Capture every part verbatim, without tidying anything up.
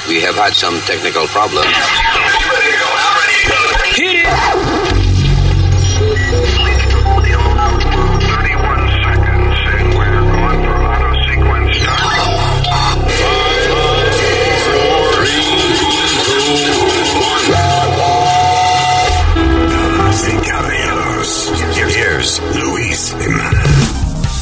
We have had some technical problems. Hit it! thirty-one seconds and we're going for auto sequence start. Damas y caballeros, here's Luis Jimenez.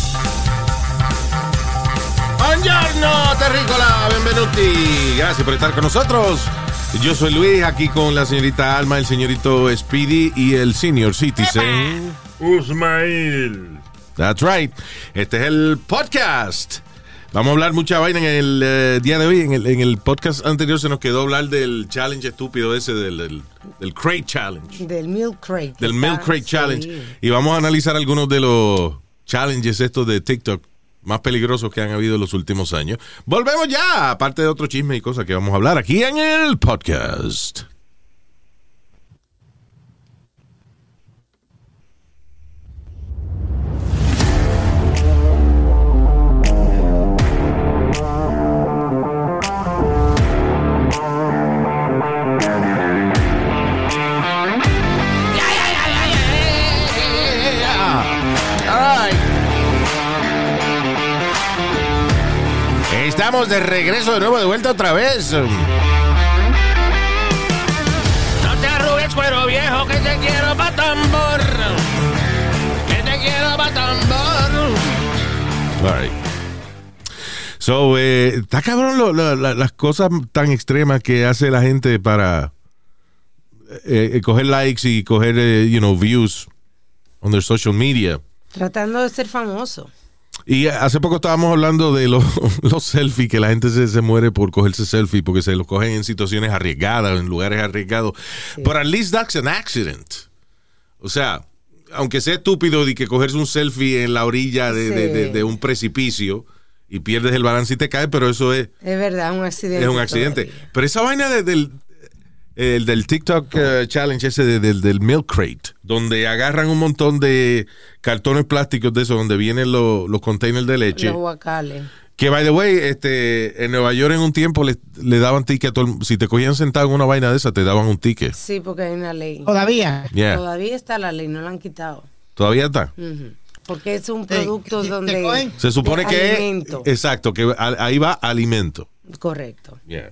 Buongiorno, terrícola, benvenuti. Gracias por estar con nosotros. Yo soy Luis, aquí con la señorita Alma, el señorito Speedy y el senior citizen Usmail. That's right. Este es el podcast. Vamos a hablar mucha vaina en el uh, día de hoy. En el, en el podcast anterior se nos quedó hablar del challenge estúpido ese, del, del, del Crate Challenge. Del Milk Crate. Del Milk Crate sí. Challenge. Y vamos a analizar algunos de los challenges estos de TikTok más peligrosos que han habido en los últimos años. Volvemos ya, aparte de otro chisme y cosas que vamos a hablar aquí en el podcast. Estamos de regreso de nuevo, de vuelta otra vez. No te arrugues, cuero viejo, que te quiero pa' tambor. Que te quiero pa' tambor. All right. So, eh, está cabrón lo, lo, la, las cosas tan extremas que hace la gente para eh, coger likes y coger, eh, you know, views on their social media. Tratando de ser famoso. Y hace poco estábamos hablando de los, los selfies, que la gente se, se muere por cogerse selfies porque se los cogen en situaciones arriesgadas, en lugares arriesgados. Sí. But at least that's an accident. O sea, aunque sea estúpido de que cogerse un selfie en la orilla de, sí. de, de, de un precipicio y pierdes el balance y te caes, pero eso es... Es verdad, un accidente. Es un accidente. Todavía. Pero esa vaina de, del... El del TikTok uh, challenge ese de, de, del Milk Crate, donde agarran un montón de cartones plásticos de eso, donde vienen los, los containers de leche. Los guacales. Que, by the way, este, en Nueva York en un tiempo le, le daban ticket a todo el, si te cogían sentado en una vaina de esa, te daban un ticket. Sí, porque hay una ley. ¿Todavía? Yeah. Todavía está la ley, no la han quitado. ¿Todavía está? Uh-huh. Porque es un producto sí, donde... Se supone que... Alimento. Exacto, que ahí va alimento. Correcto. Yeah.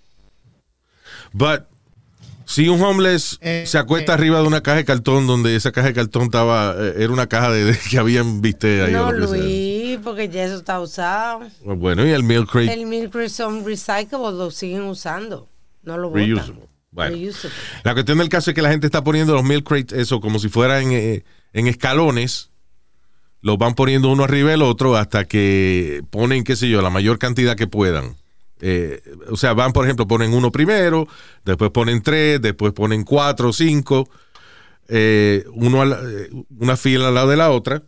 But... Si un homeless eh, se acuesta eh, arriba de una caja de cartón donde esa caja de cartón estaba eh, era una caja de, de que habían viste ahí. No, Luis, porque ya eso está usado. Bueno, y el Milk Crate. El Milk Crate son recyclables, lo siguen usando. No lo botan. Reusable. Bueno, Reusable. La cuestión del caso es que la gente está poniendo los Milk Crates, eso, como si fueran eh, en escalones. Los van poniendo uno arriba del otro hasta que ponen, qué sé yo, la mayor cantidad que puedan. Eh, o sea, van, por ejemplo, ponen uno primero, después ponen tres, después ponen cuatro, cinco, eh, uno la, una fila al lado de la otra,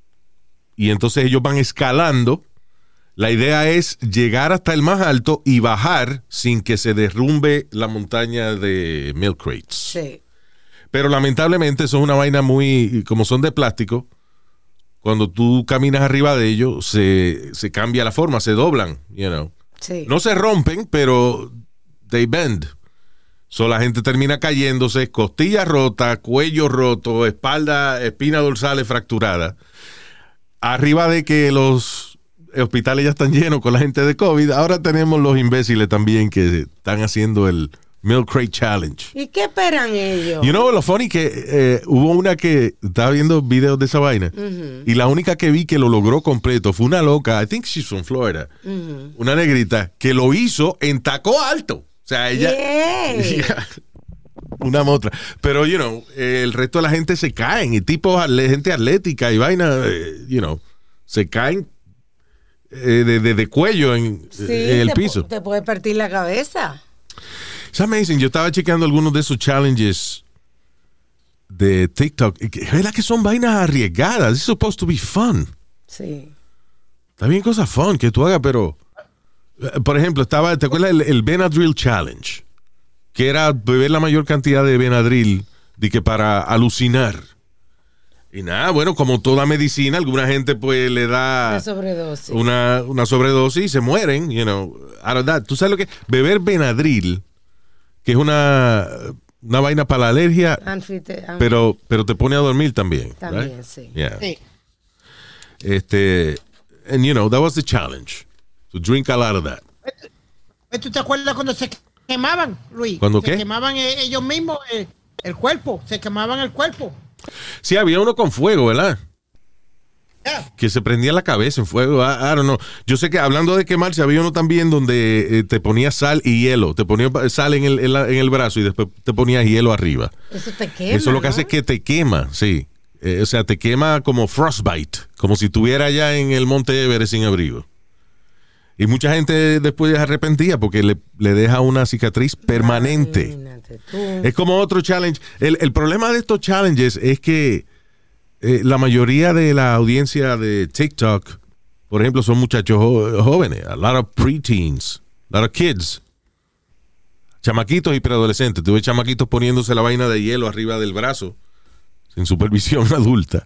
y entonces ellos van escalando. La idea es llegar hasta el más alto y bajar sin que se derrumbe la montaña de Milk Crates. Sí. Pero lamentablemente eso es una vaina muy, como son de plástico, cuando tú caminas arriba de ellos, se, se cambia la forma, se doblan, you know. Sí. No se rompen, pero they bend. So la gente termina cayéndose, costillas rotas, cuello roto, espalda, espina dorsal fracturada. Arriba de que los hospitales ya están llenos con la gente de COVID, ahora tenemos los imbéciles también que están haciendo el Milk Crate Challenge. ¿Y qué esperan ellos? You know, lo funny que eh, hubo una que estaba viendo videos de esa vaina, uh-huh. y la única que vi que lo logró completo fue una loca, I think she's from Florida, uh-huh. una negrita que lo hizo en taco alto. O sea, ella... Yeah. Una motra. Pero, you know, eh, el resto de la gente se caen, y tipo gente atlética y vaina, eh, you know, se caen eh, de, de, de cuello en, sí, en el te piso. Te puede partir la cabeza. Es amazing. Yo estaba chequeando algunos de esos challenges de TikTok. Es verdad que son vainas arriesgadas. It's supposed to be fun. Sí. Está bien cosas fun que tú hagas, pero... Por ejemplo, estaba, ¿te acuerdas el, el Benadryl Challenge? Que era beber la mayor cantidad de Benadryl de que para alucinar. Y nada, bueno, como toda medicina, alguna gente pues le da Una sobredosis. una, una sobredosis y se mueren, you know, out of that. ¿Tú sabes lo que? Beber Benadryl, que es una, una vaina para la alergia, Anfite- anf- pero, pero te pone a dormir también. También, right? sí. Yeah. Sí. Este, and you know, that was the challenge. To drink a lot of that. ¿Tú te acuerdas cuando se quemaban, Luis? ¿Cuándo se qué? quemaban eh, ellos mismos eh, el cuerpo, se quemaban el cuerpo. Sí, había uno con fuego, ¿verdad? Yeah. Que se prendía la cabeza en fuego. I, I don't know. Yo sé que hablando de quemarse, había uno también donde eh, te ponía sal y hielo. Te ponía sal en el, en, la- en el brazo y después te ponías hielo arriba. Eso te quema. Eso lo que ¿no? hace es que te quema, sí. Eh, o sea, te quema como frostbite, como si estuviera allá en el Monte Everest sin abrigo. Y mucha gente después se arrepentía porque le, le deja una cicatriz permanente. Imagínate tú. Es como otro challenge. El, el problema de estos challenges es que eh, la mayoría de la audiencia de TikTok, por ejemplo, son muchachos jo- jóvenes. A lot of preteens, a lot of kids. Chamaquitos y preadolescentes. Tuve chamaquitos poniéndose la vaina de hielo arriba del brazo sin supervisión adulta.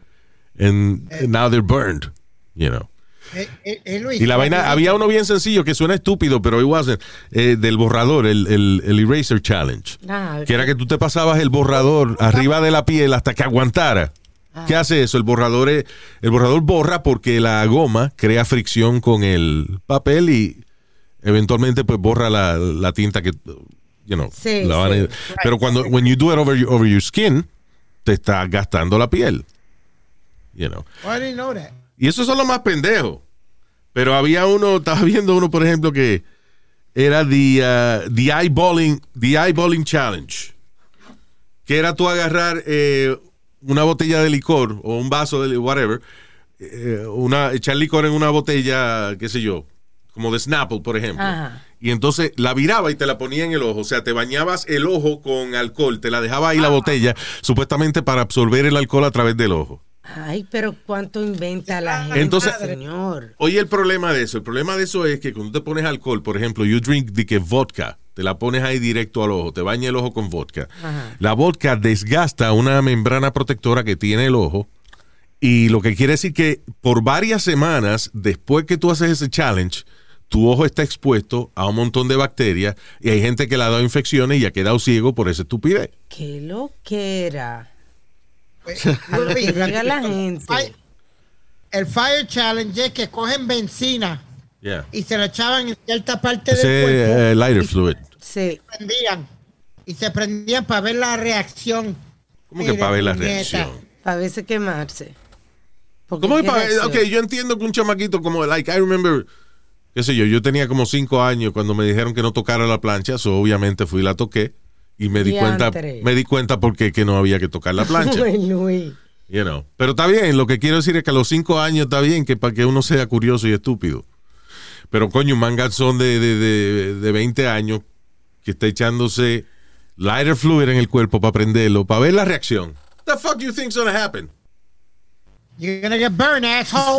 And, and now they're burned, you know. Eh, eh, eh, Luis, Y la vaina, había uno bien sencillo que suena estúpido, pero it wasn't, eh, del borrador, el, el, el Eraser Challenge. Ah, Que era que tú te pasabas el borrador arriba de la piel hasta que aguantara. ¿Qué hace eso? El borrador, es- el borrador borra porque la goma crea fricción con el papel y eventualmente pues borra la, la tinta que, you know, Sí, la van a- sí. Pero cuando, when you do it over, your- over your skin, te está gastando la piel. You know. I didn't know that. Y esos son los más pendejos. Pero había uno, estaba viendo uno, por ejemplo, que era the, uh, the eyeballing, the eyeballing challenge. Que era tú agarrar eh, una botella de licor o un vaso de li- whatever, eh, una, echar licor en una botella, qué sé yo, como de Snapple, por ejemplo. Ajá. Y entonces la viraba y te la ponía en el ojo. O sea, te bañabas el ojo con alcohol, te la dejaba ahí la botella, supuestamente para absorber el alcohol a través del ojo. Ay, pero cuánto inventa la gente, Entonces- señor. Oye, el problema de eso, el problema de eso es que cuando te pones alcohol, por ejemplo, you drink de que vodka, te la pones ahí directo al ojo, te baña el ojo con vodka. Ajá. La vodka desgasta una membrana protectora que tiene el ojo y lo que quiere decir que por varias semanas después que tú haces ese challenge, tu ojo está expuesto a un montón de bacterias y hay gente que le ha dado infecciones y ha quedado ciego por esa estupidez. Qué lo que era. A lo que llega la gente. El Fire Challenge es que cogen benzina Yeah. y se la echaban en cierta parte Ese del cuerpo. eh, lighter y fluid. Sí. se prendían. Y se prendían para ver la reacción. ¿Cómo que Mire, para ver la puñeta. reacción? Para veces quemarse. Porque ¿Cómo que qué para reacción. Ok, yo entiendo que un chamaquito como, like, I remember, qué sé yo, yo tenía como cinco años cuando me dijeron que no tocara la plancha, so obviamente fui y la toqué y me di cuenta, Diantre. me di cuenta porque que no había que tocar la plancha, Ay, Luis. you know. Pero está bien, lo que quiero decir es que a los cinco años está bien que para que uno sea curioso y estúpido. Pero coño, un manganzón de, de, de, de veinte años que está echándose lighter fluid en el cuerpo para prenderlo, para ver la reacción. What the fuck do you think's gonna happen? You're gonna get burned, asshole.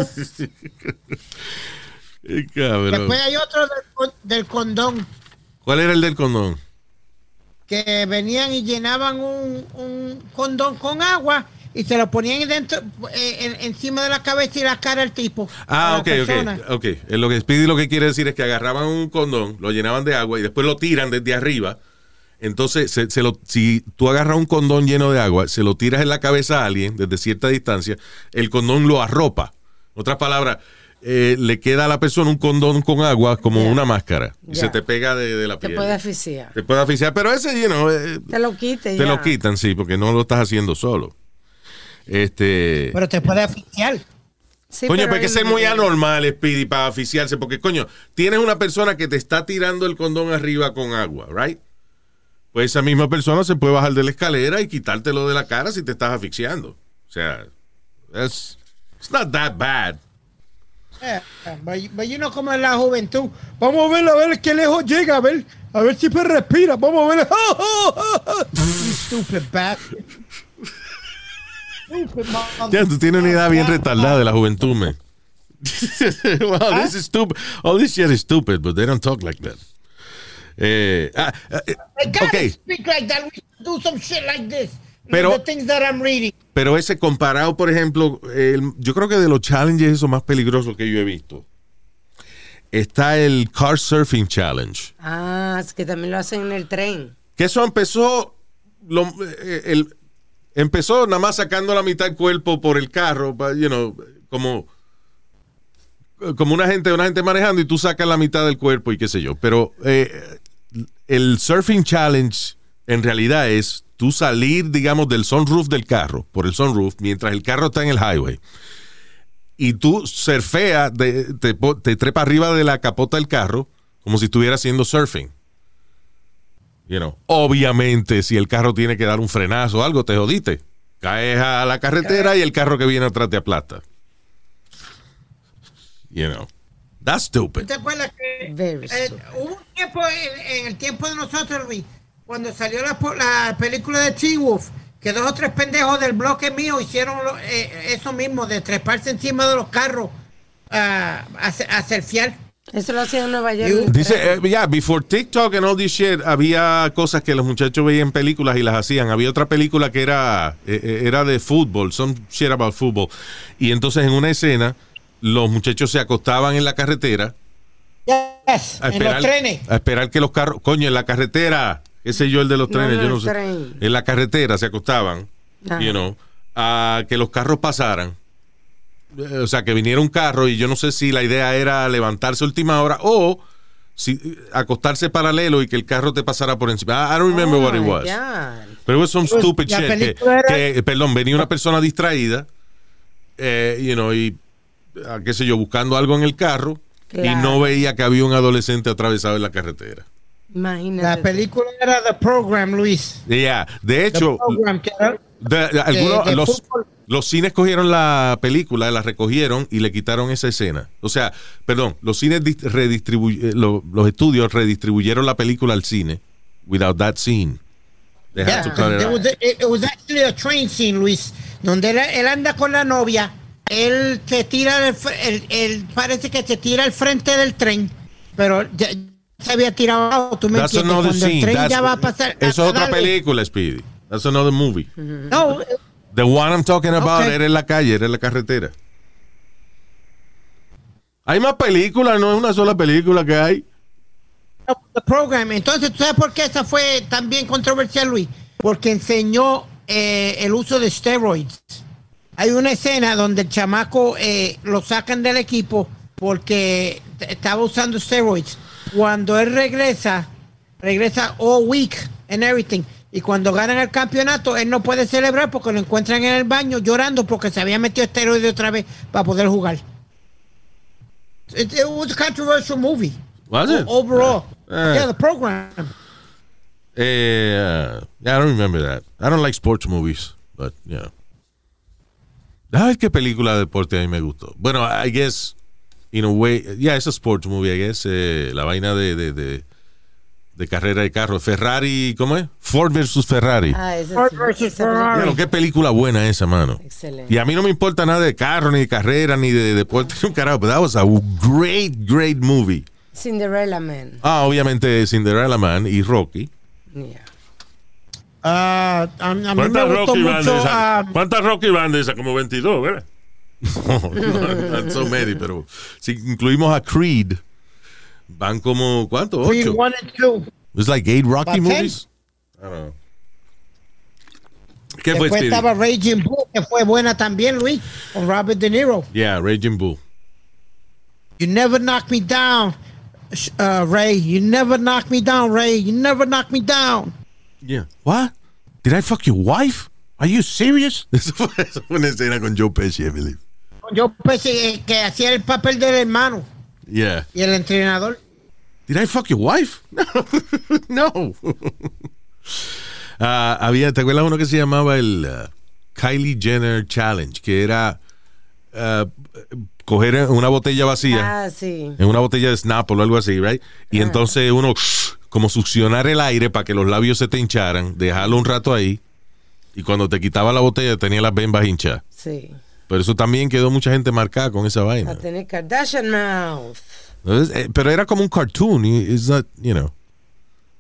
Eh, cabrón. Después hay otro del, con- del condón. ¿Cuál era el del condón? Que venían y llenaban un, un condón con agua y se lo ponían dentro, eh, en- encima de la cabeza y la cara del tipo. Ah, a la ok, persona. ok, ok. Eh, Lo que Speedy lo que quiere decir es que agarraban un condón, lo llenaban de agua y después lo tiran desde arriba. Entonces, se, se lo, si tú agarras un condón lleno de agua, se lo tiras en la cabeza a alguien desde cierta distancia, el condón lo arropa. En otras palabras, eh, le queda a la persona un condón con agua como Ya. una máscara y Ya. se te pega de, de la Te piel. puede asfixiar. Te puede asfixiar, pero ese, you know, eh, Te lo quite te ya. lo quitan, sí, porque no lo estás haciendo solo. Este... Pero te puede asfixiar. Sí, Coño, pero hay que hay ser un- muy anormal, Speedy, para aficiarse, porque, coño, tienes una persona que te está tirando el condón arriba con agua, right? Pues esa misma persona se puede bajar de la escalera y quitártelo de la cara si te estás asfixiando. O sea, it's, it's not that bad. Eh, but- but you know cómo es la juventud. Vamos a ver a ver qué lejos llega, a ver, a ver si pues respira. Vamos a ver. You stupid bastard. Stupid mother- Ya, tú tienes una edad bien retardada de la juventud, man. Well, this is stupid. All this shit is stupid, but they don't talk like that. Eh, ah, ah, eh, They gotta ok. speak like that. We should do some shit like this. Pero, the things that I'm reading. pero ese comparado, por ejemplo, el, yo creo que de los challenges esos más peligrosos que yo he visto, está el Car Surfing Challenge. Ah, es que también lo hacen en el tren. Que eso empezó, lo, el, empezó nada más sacando la mitad del cuerpo por el carro, you know, como, como una gente, una gente manejando y tú sacas la mitad del cuerpo y qué sé yo. Pero eh, el Surfing Challenge en realidad es tú salir, digamos, del sunroof del carro, por el sunroof, mientras el carro está en el highway. Y tú surfeas, de, te, te trepas arriba de la capota del carro como si estuvieras haciendo surfing. You know. Obviamente, si el carro tiene que dar un frenazo o algo, te jodiste. Caes a la carretera y el carro que viene atrás te aplasta. You know. That's stupid. ¿Te acuerdas que Very eh, stupid. hubo un tiempo en, en el tiempo de nosotros, Luis, cuando salió la, la película de Teen Wolf, que dos o tres pendejos del bloque mío hicieron lo, eh, eso mismo, de treparse encima de los carros uh, a, a surfear. Eso lo hacían en Nueva York. en el Dice, tren. ya, yeah, before TikTok and all this shit, había cosas que los muchachos veían en películas y las hacían. Había otra película que era, eh, era de fútbol, some shit about football. Y entonces en una escena, los muchachos se acostaban en la carretera. Yes, A en los trenes. A esperar que los carros, coño, en la carretera, qué sé yo, el de los No, trenes, no, yo no el sé. tren. En la carretera se acostaban, Ajá. you know, a que los carros pasaran. Eh, O sea, que viniera un carro y yo no sé si la idea era levantarse a última hora o si, acostarse paralelo y que el carro te pasara por encima. I don't remember Oh what it my was. God. Pero it was some Pues, stupid la shit. Que, película era- que, perdón, venía una persona distraída, eh, you know, y ah, qué sé yo, buscando algo en el carro y Claro. no veía que había un adolescente atravesado en la carretera. Imagínate. La película era The Program, Luis. Yeah. De The hecho, Program, que era- de- de- algunos- de los, fútbol. los cines cogieron la película, la recogieron y le quitaron esa escena. O sea, perdón, los cines dis- redistribu- eh, lo- los estudios redistribuyeron la película al cine without that scene. They had Yeah, to cut it there out. was a- it, it was actually a train scene, Luis, donde él, él anda con la novia, él se tira, del fr- él, él parece que se tira al frente del tren, pero ya se había tirado, tú me That's entiendes, another cuando el scene. tren That's- ya va a pasar. eso es otra a- película, Speedy. That's another movie. No, The one I'm talking about Okay. era en la calle, era en la carretera. Hay más películas, no es una sola película que hay. The Program. Entonces, ¿tú sabes por qué esa fue tan bien controversial, Luis? Porque enseñó eh, el uso de steroids. Hay una escena donde el chamaco eh, lo sacan del equipo porque t- estaba usando steroids. Cuando él regresa, regresa all week and everything. Y cuando ganan el campeonato, él no puede celebrar porque lo encuentran en el baño llorando porque se había metido esteroides otra vez para poder jugar. It, it was a controversial movie. Was it? Overall. Uh, Yeah, The Program. Eh, uh, I don't remember that. I don't like sports movies, but yeah. Ay, qué película de deporte a mí me gustó. Bueno, I guess, in a way, yeah, it's a sports movie, I guess. Eh, la vaina de, de, de, de carrera de carro. Ferrari, ¿cómo es? Ford versus Ferrari. Ah, esa Ford sí, versus esa película. Ferrari. Bueno, qué película buena esa, mano. Excelente. Y a mí no me importa nada de carro, ni de carrera, ni de, de deporte, ni un carajo. But that was a great, great movie. Cinderella Man. Ah, obviamente Cinderella Man y Rocky. Yeah. Ah, a, a mí me ¿Cuántas gustó Rocky van de mucho. esas? ah, ¿Cuántas Rocky van de esas? Como veintidós, ¿verdad? No, no, not so many, pero si incluimos a Creed, van como, ¿cuánto? Creed Ocho. one and two. It's like eight Rocky About ten. movies. I don't know. ¿Qué fue, Después Speedy? estaba Raging Bull, que fue buena también, Luis, con Robert De Niro. Yeah, Raging Bull. You never knock me down, sh- uh, Ray. You never knock me down, Ray. You never knock me down. Yeah. What? Did I fuck your wife? Are you serious? Eso fue, eso fue una escena con Joe Pesci, I believe. Yo pensé eh, que hacía el papel del hermano Yeah. y el entrenador. Did I fuck your wife? No. no. Ah, había, ¿te acuerdas uno que se llamaba el uh, Kylie Jenner Challenge? Que era uh, coger una botella vacía, Ah, sí. en una botella de Snapple o algo así, right? Y entonces uno como succionar el aire para que los labios se te hincharan, dejarlo un rato ahí, y cuando te quitaba la botella tenía las bembas hinchadas. Sí. Pero eso también quedó mucha gente marcada con esa vaina. A tener Kardashian Mouth. Entonces, eh, pero era como un cartoon, y it's not, you know.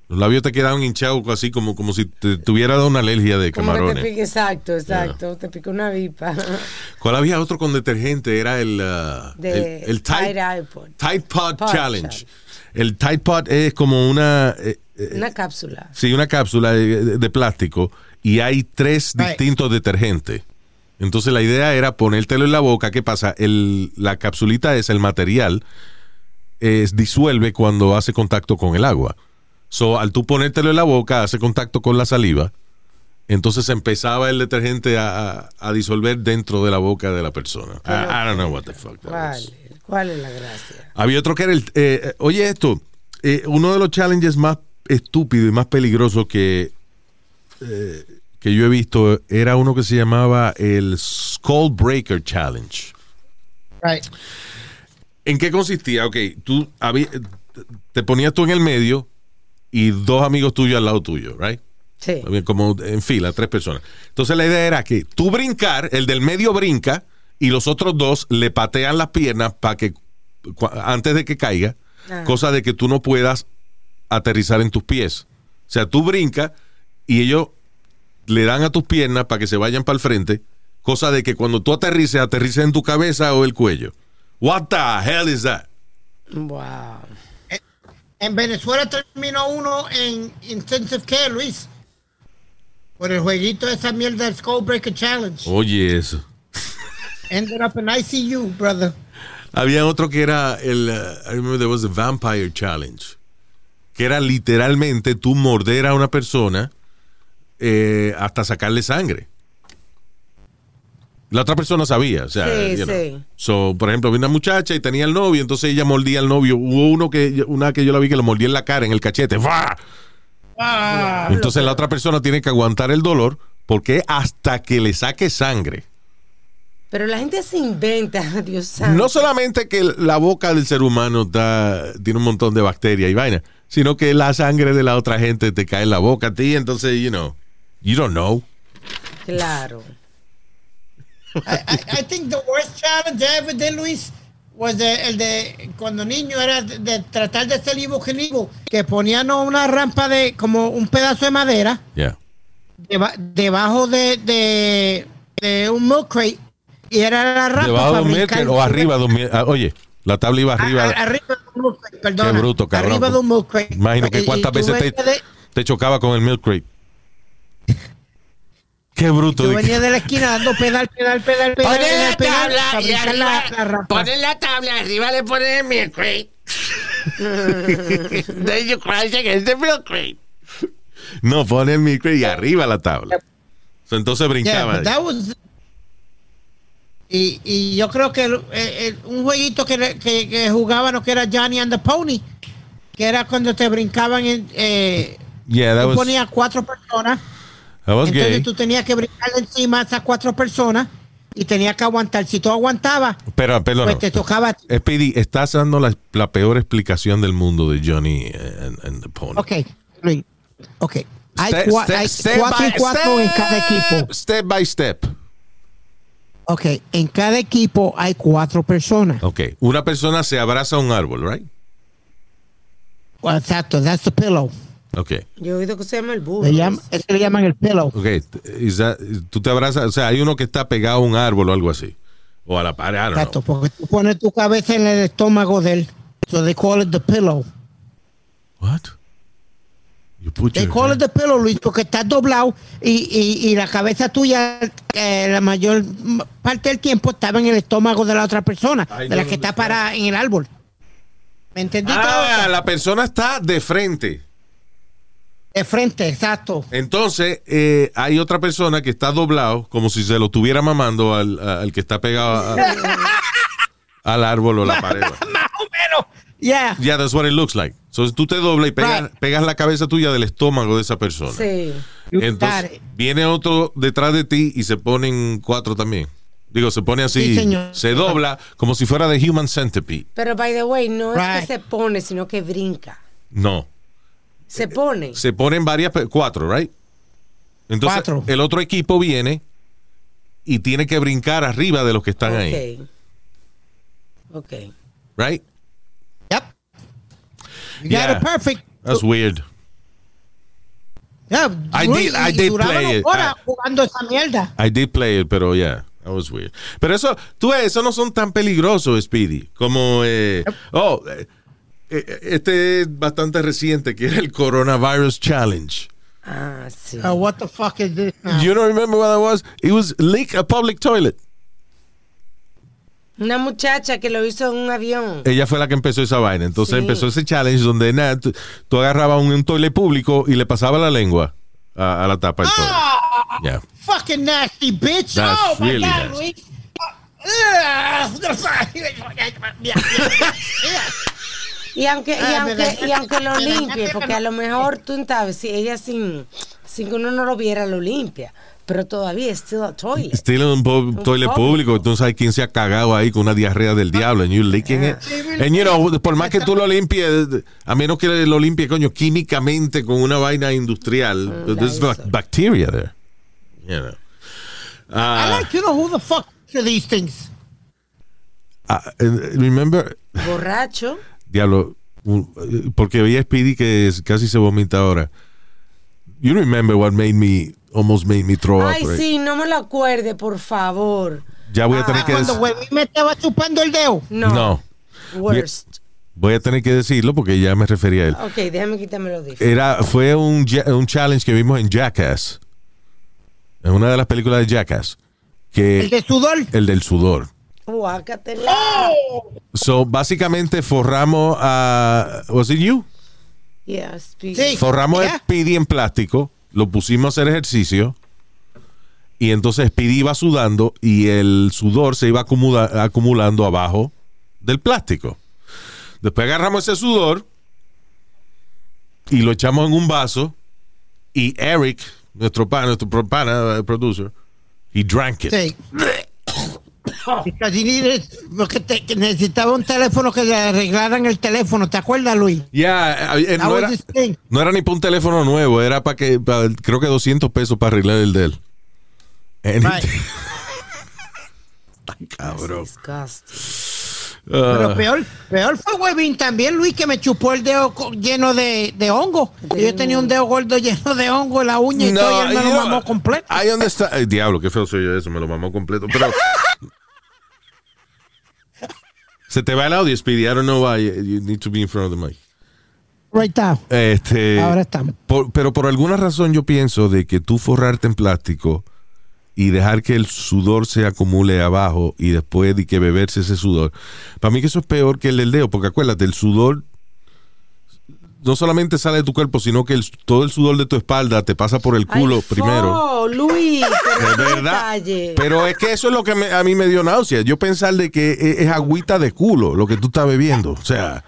Los labios te quedaban hinchados así como, como si te tuviera dado una alergia de Como que camarones. te pique, exacto, exacto. Te pica una vipa. ¿Cuál había otro con detergente? Era el, uh, De el, el Tide Tide, iPod. Tide Pod Pod Challenge. Challenge. El Tide Pod es como una... eh, eh, Una cápsula. sí, una cápsula de, de plástico y hay tres Right. distintos detergentes. Entonces la idea era ponértelo en la boca. ¿Qué pasa? El, la capsulita es el material, es, disuelve cuando hace contacto con el agua. So, al tú ponértelo en la boca, hace contacto con la saliva, entonces empezaba el detergente a, a, a disolver dentro de la boca de la persona. I, I don't know what the fuck that ¿Cuál? was. ¿Cuál es la gracia? Había otro que era el... eh, oye esto, eh, uno de los challenges más estúpidos y más peligrosos que, eh, que yo he visto era uno que se llamaba el Skull Breaker Challenge. Right. ¿En qué consistía? Ok, tú había- te ponías tú en el medio y dos amigos tuyos al lado tuyo, right? Sí. Como en fila, tres personas. Entonces la idea era que tú brincar, el del medio brinca y los otros dos le patean las piernas para que cu- antes de que caiga, Ah. cosa de que tú no puedas aterrizar en tus pies. O sea, tú brincas y ellos le dan a tus piernas para que se vayan para el frente, cosa de que cuando tú aterrices, aterrices en tu cabeza o el cuello. What the hell is that? Wow. En Venezuela terminó uno en Intensive Care, Luis. Por el jueguito de esa mierda del Skull Breaker Challenge. Oye, eso. Ended up in I C U, brother. Había otro que era el, uh, I remember there was the Vampire Challenge, que era literalmente tú morder a una persona eh, hasta sacarle sangre. La otra persona sabía, o sea, Sí, you know. sí. So, por ejemplo, había una muchacha y tenía el novio, entonces ella mordía al novio. Hubo uno que, una que yo la vi que lo mordía en la cara, en el cachete. ¡Fua! Ah, Entonces la otra persona tiene que aguantar el dolor porque hasta que le saque sangre. Pero la gente se inventa, Dios santo. No solamente que la boca del ser humano está, tiene un montón de bacterias y vaina, sino que la sangre de la otra gente te cae en la boca a ti, entonces, you know, you don't know. Claro. I, I, I think the worst challenge I ever did, Luis, was the- el de cuando niño era de, de tratar de ser Evo Knievel, que ponían una rampa de como un pedazo de madera Yeah. deba- debajo de, de, de un milk crate y era la rampa Debajo de para un brincar. milk o arriba de un milk. Ah, oye, la tabla iba arriba. A- a- arriba de un milk crate, perdona. Qué bruto, cabrón. Arriba de un milk crate. Imagino Y- que y cuántas tú veces te, venías de- te chocaba con el milk crate. Qué bruto. Yo de- venía de la esquina dando pedal, pedal, pedal, pedal. Ponen pedal, la pedal, tabla para y brincar arriba, la, la rampa. ponen la tabla, arriba le ponen el milk crate. Then you crash against the milk crate. No, pone el milk crate y arriba la tabla. So, entonces Yeah, brincaba. but that was- y, y yo creo que el- el- un jueguito que, que, que jugaban que era Johnny and the Pony, que era cuando te brincaban en, eh, Yeah, that tú was, ponías cuatro personas, that was entonces gay. tú tenías que brincar encima a esas cuatro personas y tenías que aguantar. Si tú aguantabas, Pero, perdón. pues te tocaba. Speedy, estás dando la, la peor explicación del mundo de Johnny and, and the Pony. Ok, Luis, ok. Hay, Step- cua- step- hay step cuatro y by cuatro en step, cada equipo. Step by step. Ok, en cada equipo hay cuatro personas. Ok, una persona se abraza a un árbol, right? Well, exacto, that's the pillow. Ok, Yo he oído que se llama el burro. Le llaman, ese le llaman el pillow. ok. Is that- tú te abrazas, o sea, hay uno que está pegado a un árbol o algo así. O a la pared, I don't Exacto, know. porque tú pones tu cabeza en el estómago de él. So they call it the pillow. What? You put They your call it hand- the pillow, Luis, porque estás doblado y, y, y la cabeza tuya, eh, la mayor parte del tiempo, estaba en el estómago de la otra persona, Ay, de la no, que está no. parada en el árbol. ¿Me entendiste? Ah, la persona está de frente. De frente, exacto. Entonces, eh, hay otra persona que está doblado, como si se lo estuviera mamando al, al que está pegado a- al árbol o la pared. Más o menos. Yeah. Yeah, that's what it looks like. So, tú te doblas y pegas, Right. pegas la cabeza tuya del estómago de esa persona. Sí. You got Entonces, it. viene otro detrás de ti y se ponen cuatro también. Digo, se pone así, Sí, señor. se dobla como si fuera de Human Centipede. Pero, by the way, no es Right. que se pone, sino que brinca. No. Se pone. Se ponen varias, pe- cuatro, right? Entonces, Cuatro. el otro equipo viene y tiene que brincar arriba de los que están ahí, Ok. Ok. right? Yep. You Yeah. got it perfect. That's weird. Yeah, I Luis, did- I y did duraban play it. horas I- jugando esa mierda. I did play it, pero yeah, that was weird. Pero eso, tú ves, eso no son tan peligrosos, Speedy, como, eh, oh, eh, eh, este es bastante reciente, que era el Coronavirus Challenge. Ah, sí. Uh, what the fuck is this now? You don't remember what that was? It was leak a public toilet. Una muchacha que lo hizo en un avión. Ella fue la que empezó esa vaina. Entonces Sí. empezó ese challenge donde nada, tú, tú agarrabas un, un toilet público y le pasabas la lengua a, a la tapa del toilet. Ah, Yeah. fucking nasty bitch. That's oh my really God, nasty. Luis. Y aunque, y Ah, me aunque, dañaste- y aunque lo me limpie, dañaste porque la- a lo mejor tú sabes, si ella sin, sin que uno no lo viera, lo limpia. Pero todavía es still a toilet. Still en un po- toilet público, público. tú no sabes quién se ha cagado ahí con una diarrea del diablo, and you licking it. And you know, por más que tú lo limpies, a menos que lo limpie, coño, químicamente con una vaina industrial, Mm, there's la ba- hizo. bacteria there. You know. I Ah, like to know who the fuck are these things. ah, eh, remember, Borracho. diablo, un- porque veía a Speedy que es- casi se vomita ahora. You remember what made me, almost made me throw Ay, up, right? sí, no me lo acuerde, por favor. Ya voy a tener Ah, que cuando decir. Huevín me estaba chupando el dedo. No. No, Worst. voy a tener que decirlo porque ya me refería a él. Ok, déjame quitarme los audífonos. Era, fue un, ja- un challenge que vimos en Jackass. En una de las películas de Jackass. Que, El de sudor. el del sudor. Guácatela. So, básicamente forramos a. ¿Was it you? Yeah, speed. Sí. Forramos Yeah. a Speedy en plástico, lo pusimos a hacer ejercicio. Y entonces Speedy iba sudando y el sudor se iba acumula- acumulando abajo del plástico. Después agarramos ese sudor y lo echamos en un vaso. Y Eric, nuestro pana, nuestro pro- pana, eh, producer, he drank it. Sí. Because he needed- porque te- que necesitaba un teléfono que le arreglaran el teléfono. ¿Te acuerdas, Luis? Ya, eh, eh, That no, was era, his thing. no era ni para un teléfono nuevo, era para que, pa- creo que doscientos pesos para arreglar el de él. And he- Right. Ay, cabrón. Disgusting. Pero Ah, peor, peor fue Huevín también, Luis, que me chupó el dedo co- lleno de, de hongo. Yo tenía un dedo gordo lleno de hongo en la uña y todo, y él me you lo know, mamó completo. I understand. Ay, diablo, qué feo soy yo eso, me lo mamó completo. Pero se te va el audio, Speedy. I don't know why you need to be in front of the mic. Right now. Este, Ahora estamos. por- pero por alguna razón yo pienso de que tú forrarte en plástico y dejar que el sudor se acumule abajo y después de que beberse ese sudor, para mí que eso es peor que el del dedo, porque acuérdate, el sudor no solamente sale de tu cuerpo, sino que el- todo el sudor de tu espalda te pasa por el culo Ay, primero. fo, Luis, pero De qué verdad. detalle. Pero es que eso es lo que me- a mí me dio náusea. Yo pensar de que es, es agüita de culo lo que tú estás bebiendo. O sea,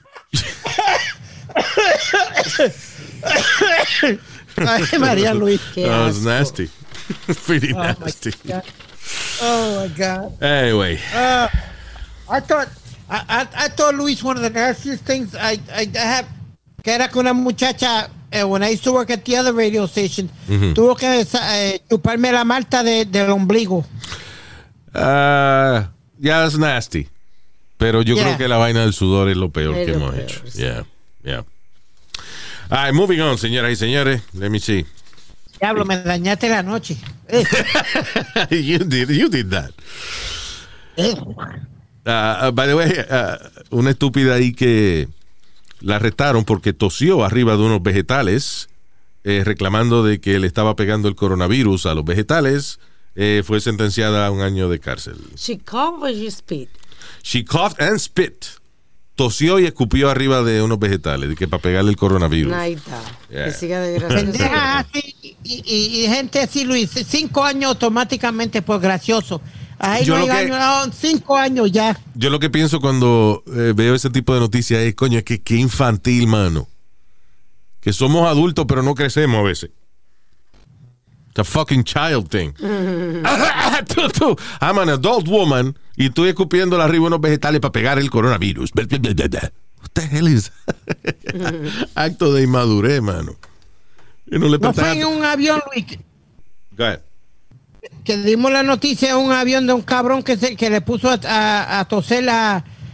Ay, María Luis. Qué that was asco. nasty. Pretty Oh, my nasty. God. Oh, my God. Anyway. Uh, I thought, I, I, I thought Luis, one of the nastiest things I, I, I have, que era que una muchacha, uh, when I used to work at the other radio station, tuvo que uh, chuparme la malta de, del ombligo. Uh, yeah, that's nasty. Pero yo Yeah. creo que la vaina del sudor es lo peor Es que lo hemos peor, hecho. sí. Yeah, yeah. All right, moving on, señoras y señores. Let me see. Diablo, me dañaste la noche. Eh, you did, you did that. eh. Uh, uh, by the way, uh, una estúpida ahí que la arrestaron porque tosió arriba de unos vegetales, eh, reclamando de que le estaba pegando el coronavirus a los vegetales, eh, fue sentenciada a un año de cárcel. She coughed or she spit? She coughed and spit. Tosió y escupió arriba de unos vegetales, de que para pegarle el coronavirus. Ahí está. Yeah. Que siga de gracioso. Pendejas así y, y- y gente así, Luis, cinco años automáticamente por gracioso. Ahí Yo no hay lo que- años, no, cinco años ya. Yo lo que pienso cuando eh, veo ese tipo de noticias es, coño, es que qué infantil, mano. Que somos adultos, pero no crecemos a veces. It's a fucking child thing. Tú, tú, I'm an adult woman y estoy escupiendo arriba unos vegetales para pegar el coronavirus. What the hell is acto de inmadurez, mano. Y no le No fue prestas- en un avión, Luis, que- Go ahead. que dimos la noticia de un avión de un cabrón que se, que le puso a, a- a toser a,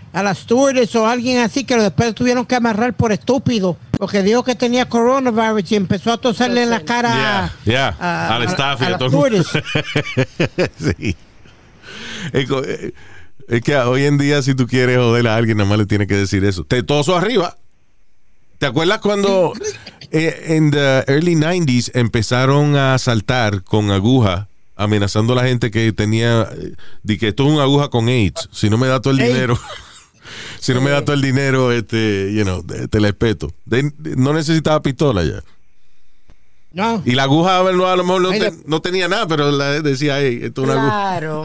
a las stewardess o alguien así que después tuvieron que amarrar por estúpido porque dijo que tenía coronavirus y empezó a tosarle en la cara Yeah, yeah. a, Al a- staff y a a las todo el mundo. stewardess. Sí. Es, co- es que hoy en día si tú quieres joder a alguien, nada más le tienes que decir eso. Te toso arriba. ¿Te acuerdas cuando eh, en the early nineties empezaron a asaltar con aguja, amenazando a la gente que tenía, eh, de que esto es una aguja con AIDS? Si no me da todo el Ey. dinero, si no me da todo el dinero, este, you know, te, te la espeto. De- de- no necesitaba pistola ya. No. Y la aguja a lo a lo mejor no, Ay, te- la- no tenía nada, pero la decía, hey, esto es una aguja. Claro.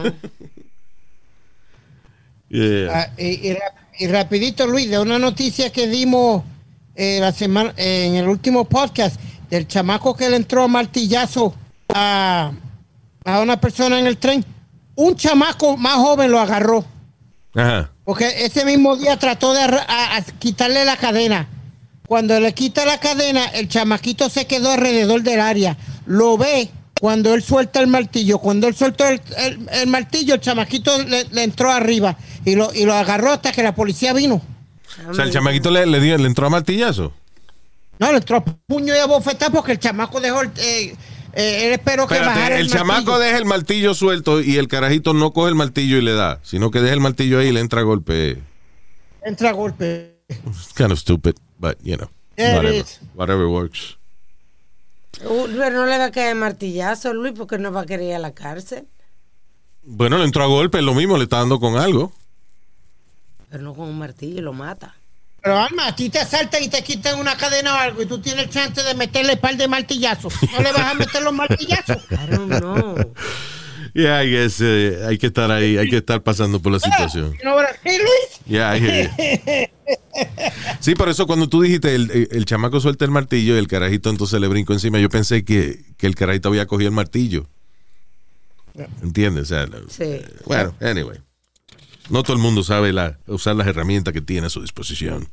Yeah. Ah, y, y ra- y rapidito, Luis, de una noticia que dimos eh, la semana eh, en el último podcast del chamaco que le entró a martillazo a, a una persona en el tren. Un chamaco más joven lo agarró Ajá. porque ese mismo día trató de arra- a- a quitarle la cadena. Cuando le quita la cadena, el chamaquito se quedó alrededor del área. Lo ve cuando él suelta el martillo. Cuando él soltó el, el- el martillo, el chamaquito le, le entró arriba y lo, y lo agarró hasta que la policía vino. O sea, el chamaquito le, le, dio, le entró a martillazo. No, le entró a puño y a bofetar porque el chamaco dejó el... Eh, eh, él esperó que Espérate, bajara el, el, chamaco martillo. deja el martillo suelto y el carajito no coge el martillo y le da, sino que deja el martillo ahí y le entra a golpe. Entra a golpe. It's kind of stupid, but you know, Yeah, it whatever, is. whatever works. Uh, Pero no le va a caer martillazo, Luis, porque no va a querer ir a la cárcel. Bueno, le entró a golpe, es lo mismo, le está dando con algo. Pero no con un martillo, lo mata. Pero Alma, a ti te asaltan y te quitan una cadena o algo y tú tienes chance de meterle un par de martillazos. ¿No le vas a meter los martillazos? I don't know. Yeah, I guess, eh, hay que estar ahí, hay que estar pasando por la situación. You know what I mean, Luis? Yeah, I hear you. Sí, por eso cuando tú dijiste el, el, el chamaco suelta el martillo y el carajito entonces le brincó encima, yo pensé que, que el carajito había cogido el martillo. ¿Entiendes? O sea, Sí. bueno, anyway. No todo el mundo sabe la, usar las herramientas que tiene a su disposición.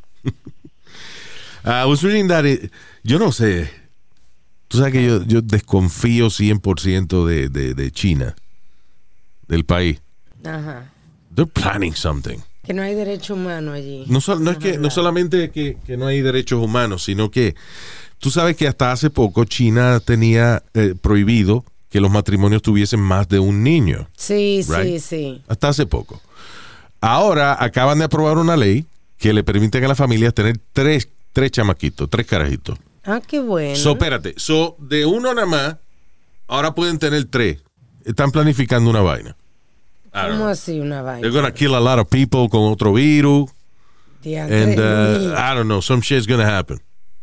I was reading that it- yo no sé. Tú sabes que yo, yo desconfío cien por ciento de, de, de China, del país. Ajá. They're planning something. Que no hay derecho humano allí. No, sol- no es que no solamente que, que no hay derechos humanos, sino que tú sabes que hasta hace poco China tenía eh, prohibido que los matrimonios tuviesen más de un niño. Sí, sí, Right. sí. Hasta hace poco. Ahora acaban de aprobar una ley que le permite a las familias tener tres, tres chamaquitos, tres carajitos. Ah, qué bueno. So, espérate, so, de uno nada más, ahora pueden tener tres. Están planificando una vaina. I don't ¿Cómo know. así una vaina? They're gonna kill a lot of people con otro virus. Diantre, And uh, Luis, I don't know, some shit's gonna happen.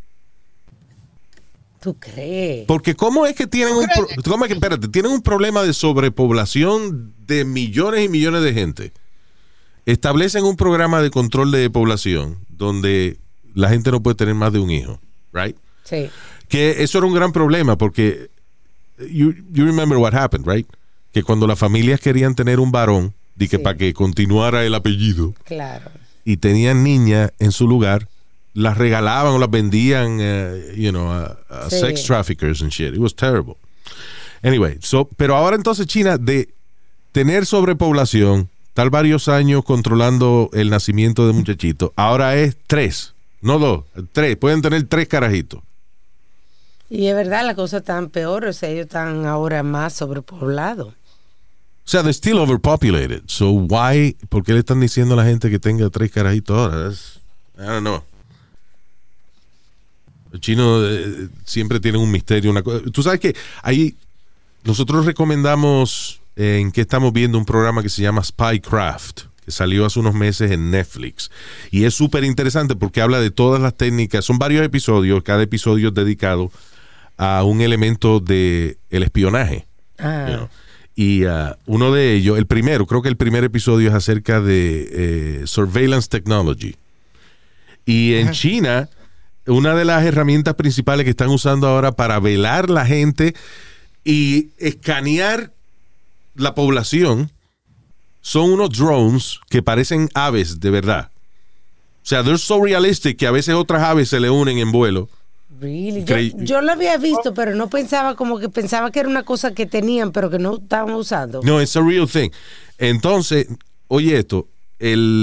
¿Tú crees? Porque cómo es que tienen un pro- cómo es que, espérate, tienen un problema de sobrepoblación de millones y millones de gente. Establecen un programa de control de población donde la gente no puede tener más de un hijo, right? Sí. Que eso era un gran problema porque you, you remember what happened, right? Que cuando las familias querían tener un varón, di que Sí. para que continuara el apellido Claro. y tenían niñas en su lugar, las regalaban o las vendían, uh, you know, a, a Sí. sex traffickers and shit. It was terrible. Anyway, so, pero ahora entonces China, de tener sobrepoblación, estar varios años controlando el nacimiento de muchachitos, ahora es tres, no dos, tres. Pueden tener tres carajitos. Y es verdad, la cosa está peor. O sea, ellos están ahora más sobrepoblados. O sea, they're still overpopulated. So why, ¿por qué le están diciendo a la gente que tenga tres carajitos ahora? That's, I don't know. Los chinos eh, siempre tienen un misterio. Una cosa. Tú sabes que ahí nosotros recomendamos eh, en que estamos viendo un programa que se llama Spycraft, que salió hace unos meses en Netflix. Y es súper interesante porque habla de todas las técnicas. Son varios episodios, cada episodio es dedicado a un elemento de el espionaje. Ah, You know. Y uh, uno de ellos, el primero, creo que el primer episodio es acerca de eh, surveillance technology. Y en China, una de las herramientas principales que están usando ahora para velar la gente y escanear la población son unos drones que parecen aves de verdad. O sea, they're so realistic que a veces otras aves se le unen en vuelo. really. Yo, Cre- yo lo había visto, pero no pensaba como que pensaba que era una cosa que tenían, pero que no estaban usando. No, it's a real thing. Entonces, oye esto, el,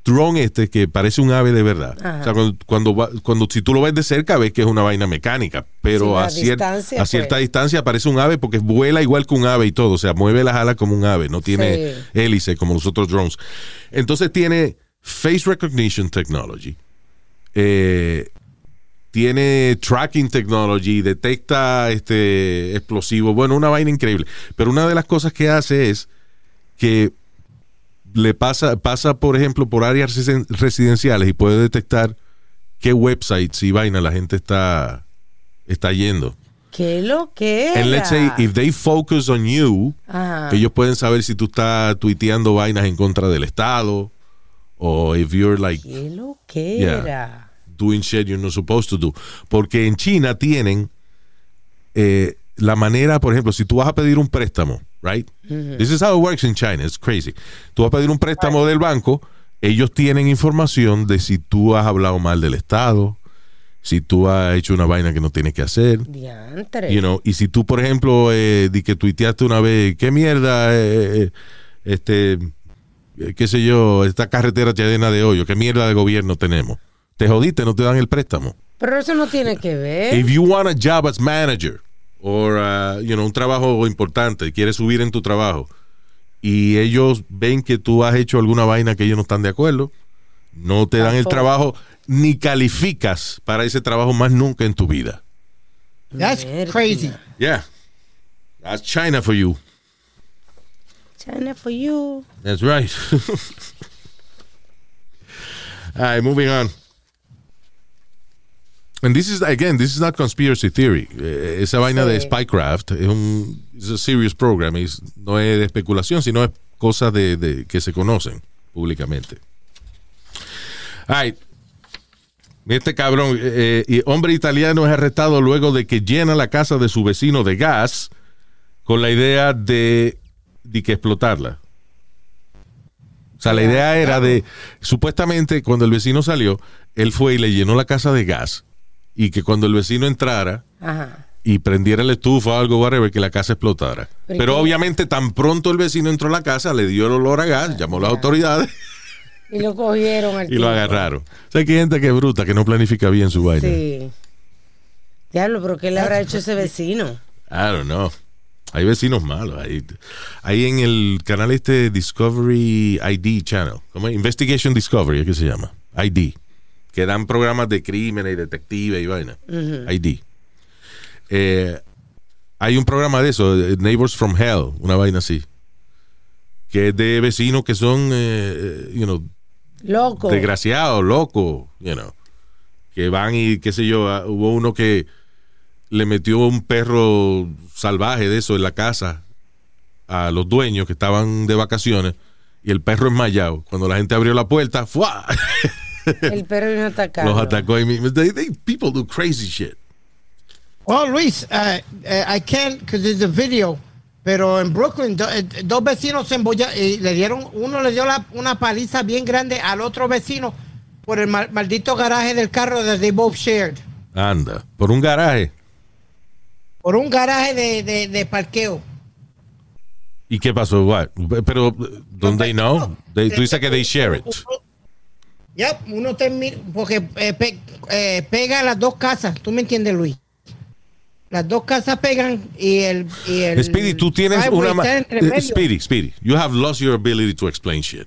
drone este que parece un ave de verdad. Ajá. O sea, cuando, cuando, va- cuando si tú lo ves de cerca ves que es una vaina mecánica, pero Sí, la a, cier- distancia, a cierta pues. distancia parece un ave porque vuela igual que un ave y todo. O sea, mueve las alas como un ave, no tiene Sí. hélice como los otros drones. Entonces tiene face recognition technology. Eh, tiene tracking technology, detecta este explosivos, bueno, una vaina increíble. Pero una de las cosas que hace es que le pasa, pasa por ejemplo, por áreas residen- residenciales y puede detectar qué websites y vaina la gente está, está yendo. ¿Qué lo que era? And let's say, if they focus on you, Ajá. ellos pueden saber si tú estás tuiteando vainas en contra del Estado o if you're like ¿Qué lo que Yeah. era? doing shit you're not supposed to do. Porque en China tienen eh, la manera, por ejemplo, si tú vas a pedir un préstamo, right? This is how it works in China. It's crazy. Tú vas a pedir un préstamo del banco, ellos tienen información de si tú has hablado mal del Estado, si tú has hecho una vaina que no tienes que hacer. Diantre. You know, y si tú, por ejemplo, eh, di que tuiteaste una vez, qué mierda, eh, eh, este, eh, qué sé yo, esta carretera llena de hoyo, qué mierda de gobierno tenemos. Te jodiste, no te dan el préstamo. Pero eso no tiene que ver. If you want a job as manager, or, uh, you know, un trabajo importante, quieres subir en tu trabajo, y ellos ven que tú has hecho alguna vaina que ellos no están de acuerdo, no te dan el Tampoco. trabajo, ni calificas para ese trabajo más nunca en tu vida. That's Mierda. crazy. Yeah. That's China for you. China for you. That's right. All right, moving on. And this is, again, this is not conspiracy theory. Eh, esa vaina Sí. de Spycraft es un es a serious program. Es- no es de especulación, sino es cosas de, de- que se conocen públicamente. All right. Este cabrón, eh, eh, hombre italiano es arrestado luego de que llena la casa de su vecino de gas con la idea de, de que explotarla. O sea, la idea era de, supuestamente cuando el vecino salió, él fue y le llenó la casa de gas y que cuando el vecino entrara Ajá. y prendiera la estufa o algo, whatever, que la casa explotara. Pero Pero ¿y qué? obviamente tan pronto el vecino entró a la casa, le dio el olor a gas, llamó a las autoridades Y lo cogieron al y lo tipo. agarraron. O sea, que hay gente que es bruta, que no planifica bien su vaina. Sí. Diablo, pero ¿qué le habrá hecho ese vecino? I don't know. Hay vecinos malos. Hay, hay en el canal este Discovery I D Channel. ¿Cómo es? Investigation Discovery, ¿qué se llama? I D. Que dan programas de crímenes y detectives y vaina. I D. Eh, hay un programa de eso, eh, Neighbors from Hell, una vaina así. Que es de vecinos que son, eh, you know, Loco. desgraciados, locos, you know, que van y qué sé yo, ah, hubo uno que le metió un perro salvaje de eso en la casa a los dueños que estaban de vacaciones y el perro enmayado. Cuando la gente abrió la puerta, ¡fua! El perro vino a atacar. los atacó ahí mismo. They, they- people do crazy shit. Well, Luis, uh, uh, I can't because there's a video. Pero en Brooklyn, do- eh, dos vecinos se embollaron y le dieron, uno le dio la- una paliza bien grande al otro vecino por el mal- maldito garaje del carro that they both shared. Anda, por un garaje. Por un garaje de, de, de parqueo. ¿Y qué pasó? What? Pero, don't they know? They, tú dices que they share it. Yep, uno termina, porque eh, pe- eh, pega las dos casas. ¿Tú me entiendes, Luis? Las dos casas pegan y el... Y el Speedy, tú tienes driveway una... ma- está entre eh, medio. Speedy, Speedy, you have lost your ability to explain shit.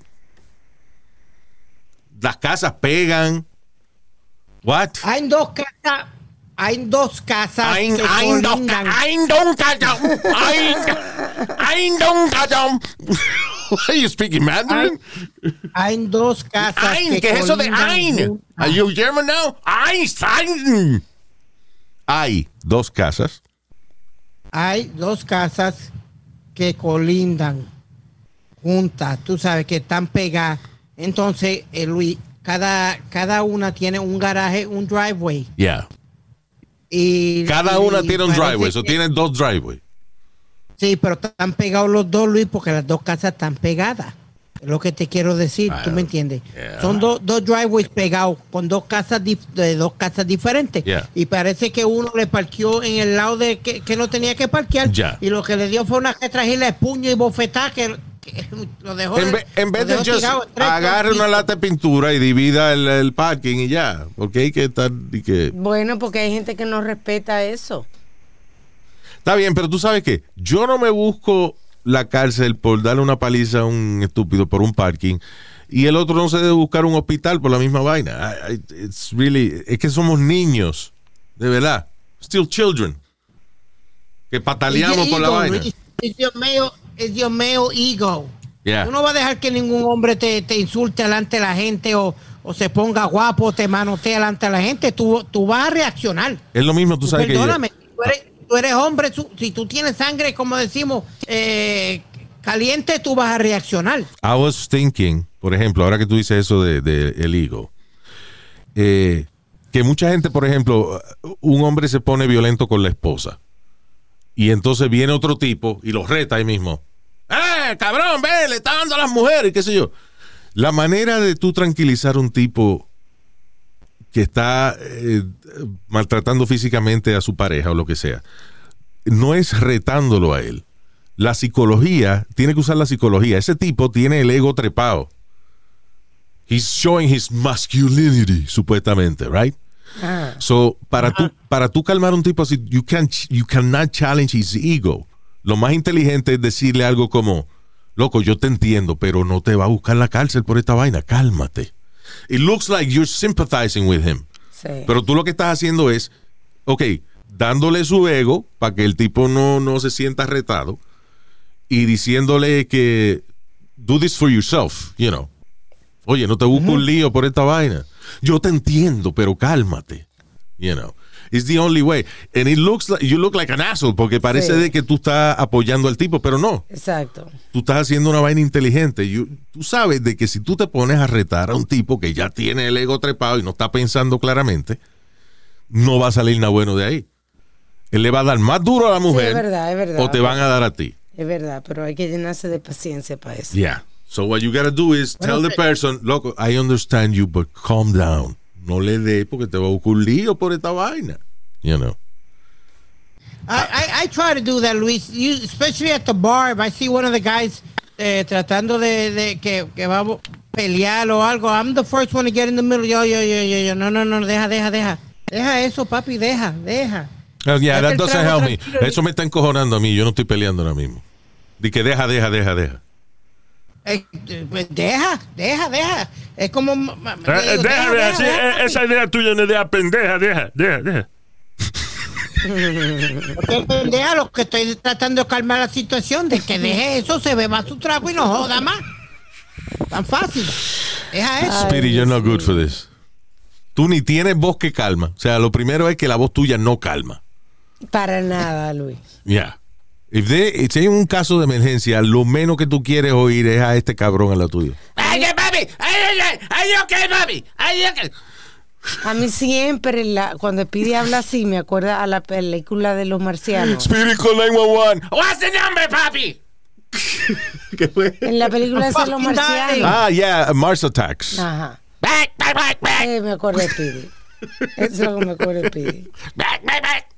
Las casas pegan. What? Hay dos casas... Hay dos casas Ein, que ein, dos, colindan. ein, don, cachao. Ein, ein, don, cachao. Are you speaking Mandarin? Hay dos casas Ein, que ¿qué es eso de colindan ein? juntas. Are you German now? Ein, ein. Hay dos casas. Hay dos casas que colindan juntas, tú sabes que están pegadas. Entonces, eh, Luis, cada, cada una tiene un garaje, un driveway. Yeah. Y, Cada y una tiene un parece driveway. Eso que- tiene dos driveways. Sí, pero están pegados los dos, Luis, porque las dos casas están pegadas. Es lo que te quiero decir, tú me entiendes. Yeah. Son dos, dos driveways pegados con dos casas dif- de dos casas diferentes. Yeah. Y parece que uno le parqueó en el lado de que, que no tenía que parquear. Ya. Y lo que le dio fue una retragila de puño y bofetada que, que lo dejó. En, ve, en vez lo de dejó just tirado en tres agarre una pisos. lata de pintura y divida el, el parking y ya. Porque hay que estar. Y que... Bueno, porque hay gente que no respeta eso. Está bien, pero tú sabes que yo no me busco la cárcel por darle una paliza a un estúpido por un parking y el otro no se debe buscar un hospital por la misma vaina. I, I, it's really, es que somos niños, de verdad. Still children. Que pataleamos por la vaina. Es Dios mío, es Dios mío, ego. Yeah. Tú no vas a dejar que ningún hombre te, te insulte delante de la gente o, o se ponga guapo o te manotee delante de la gente. Tú, tú vas a reaccionar. Es lo mismo, tú sabes Perdóname, que yo, tú eres, tú eres hombre, tú- si tú tienes sangre, como decimos, eh, caliente, tú vas a reaccionar. I was thinking, por ejemplo, ahora que tú dices eso de, de el ego, eh, que mucha gente, por ejemplo, un hombre se pone violento con la esposa y entonces viene otro tipo y lo reta ahí mismo. ¡Eh, cabrón, ve, le está dando a las mujeres! ¿Qué sé yo? La manera de tú tranquilizar a un tipo que está eh, maltratando físicamente a su pareja o lo que sea, no es retándolo a él. La psicología, tiene que usar la psicología. Ese tipo tiene el ego trepado. He's showing his masculinity, supuestamente, right? Ah. So, para tú, para tú calmar a un tipo así, you, can, you cannot challenge his ego. Lo más inteligente es decirle algo como, loco, yo te entiendo, pero no te va a buscar la cárcel por esta vaina, cálmate. It looks like you're sympathizing with him. Sí. Pero tú lo que estás haciendo es, ok, dándole su ego para que el tipo no, no se sienta retado y diciéndole que do this for yourself, you know. Oye, no te busco un lío por esta vaina. Yo te entiendo, pero cálmate, you know. It's the only way. And it looks like, you look like an asshole porque parece Sí. de que tú estás apoyando al tipo, pero no. Exacto. Tú estás haciendo una vaina inteligente. You- tú sabes de que si tú te pones a retar a un tipo que ya tiene el ego trepado y no está pensando claramente, no va a salir nada bueno de ahí. Él le va a dar más duro a la mujer es verdad, es verdad. o te van a dar a ti. Es verdad, pero hay que llenarse de paciencia para eso. Yeah. So what you gotta do is tell the person, loco, I understand you, but calm down. No le dé porque te va a buscar un lío por esta vaina. You know. I, I, I try to do that, Luis, you, especially at the bar. If I see one of the guys eh, tratando de, de que, que va a pelear o algo, I'm the first one to get in the middle. Yo, yo, yo, yo, yo. No, no, no, deja, deja, deja. Deja eso, papi, deja, deja. Oh, yeah, Deja that el doesn't trago help me. tranquilo. Eso me está encojonando a mí. Yo no estoy peleando ahora mismo. Di que deja, deja, deja, deja. Eh, pues deja, deja, deja. Es como. ma- ma- Eh, te eh, digo, deja, deja, sí, deja, eh, papi. esa idea tuya es una idea pendeja, deja, deja, deja. Porque pendeja, lo que estoy tratando de calmar la situación, de que deje eso, se beba su trago y no joda más. Tan fácil. Deja eso. Ay, Speedy, you're not Dios good for this. Tú ni tienes voz que calma. O sea, lo primero es que la voz tuya no calma. Para nada, Luis. Yeah. If they- si hay un caso de emergencia, lo menos que tú quieres oír es a este cabrón en la tuya. ¡Ay, ay, papi! ¡Ay, ay, ay! ¡Ay, ok, papi! ¡Ay, ok! A mí siempre, la, cuando Speedy habla así, me acuerda a la película de los marcianos. Speedy, call nine one one. What's the number, papi? ¿Qué fue? En la película de los marcianos. Ah, yeah, Mars Attacks. Ajá. Back, back, back, back. Eh, me acuerdo de Speedy. Eso es lo que me acuerdo de Speedy. Back, back, back.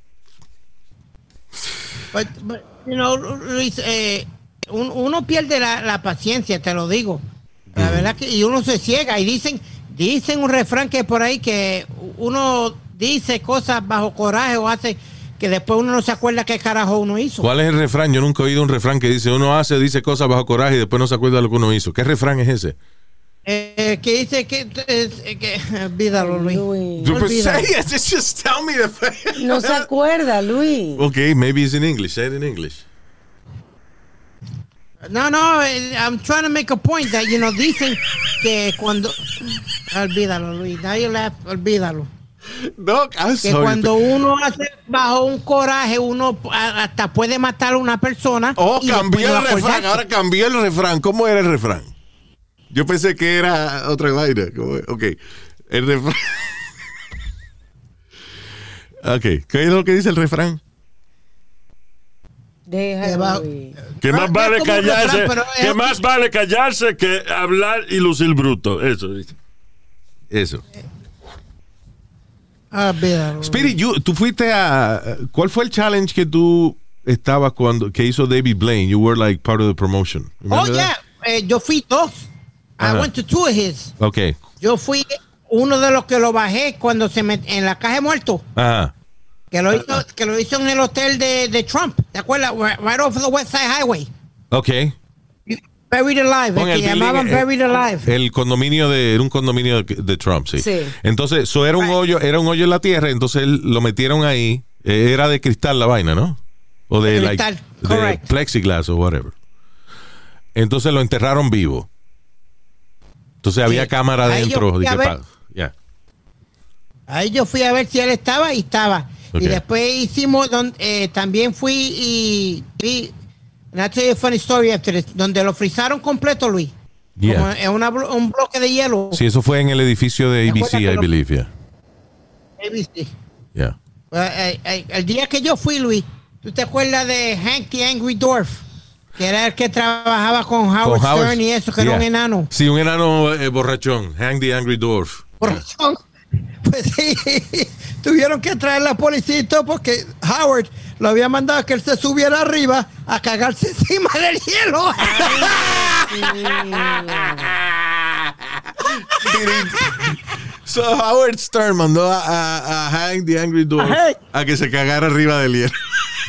But, but, you know, Luis, eh, un- uno pierde la, la paciencia, te lo digo. La verdad que y uno se ciega y dicen, dicen un refrán que por ahí que uno dice cosas bajo coraje o hace que después uno no se acuerda qué carajo uno hizo. ¿Cuál es el refrán? Yo nunca he oído un refrán que dice uno hace, dice cosas bajo coraje y después no se acuerda de lo que uno hizo. ¿Qué refrán es ese? Eh, que dice que, eh, que olvídalo, Luis. Luis. You Olvídalo. say it, just tell me the No se acuerda, Luis. Okay, maybe it's in English. Say it in English. No, no, eh, I'm trying to make a point that, you know, dicen que cuando... Olvídalo, Luis. Now you laugh, olvídalo. Doc, I'm Que sorry. cuando uno hace bajo un coraje, uno a- hasta puede matar a una persona. Oh, y cambié después el no refrán. acordarse. Ahora cambié el refrán. ¿Cómo era el refrán? Yo pensé que era otra vaina. ¿Cómo es? Ok. El refrán. Ok. ¿Qué es lo que dice el refrán? Déjalo, Debajo- Luis. Que No, más no vale es como un callarse, refrán, pero es- que más vale callarse que hablar y lucir bruto. Eso dice. Eso. Olvídalo. Spirit, you- tú fuiste a... ¿Cuál fue el challenge que tú estabas cuando que hizo David Blaine? You were like part of the promotion. Oh, Remember yeah. Eh, yo fui dos. Ajá. I went to two of his. that? Okay. Yo fui uno de los que lo bajé cuando se met en la caja de muertos. Ajá. Que lo hizo, que lo hizo en el hotel de, de Trump. ¿Te acuerdas? Right, right off the West Side Highway. Okay. Buried Alive. Con El el que building, llamaban eh, Buried Alive. El condominio de era un condominio de, de Trump, sí. Sí. Entonces, eso era un Right. hoyo, era un hoyo en la tierra, entonces él- lo metieron ahí. Eh, era de cristal la vaina, ¿no? O de, De like, cristal, de correct. plexiglass o whatever. Entonces lo enterraron vivo. Entonces había Sí. cámara Ahí yo adentro. fui de a que ver. pa- yeah. Ahí yo fui a ver si él estaba y estaba. Ok. Y después hicimos, don- eh, también fui y vi, and I'll tell you a funny story after this, donde lo frizaron completo, Luis. Yeah. Como en una blo- un bloque de hielo. Sí, eso fue en el edificio de A B C, acuerdas que I lo- believe, yeah. A B C. Yeah. Eh, eh, el día que yo fui, Luis, ¿tú te acuerdas de Hank the Angry Dwarf? Que era el que trabajaba con Howard, Con Howard- Stern y eso, que era yeah. un enano. Sí, un enano eh, borrachón. Hank the Angry Dwarf. Por razón. Pues sí, tuvieron que traer la policía y todo porque Howard lo había mandado a que él se subiera arriba a cagarse encima del hielo. So Howard Stern mandó a, a, a Hank the Angry Dwarf Ajá. a que se cagara arriba del hielo.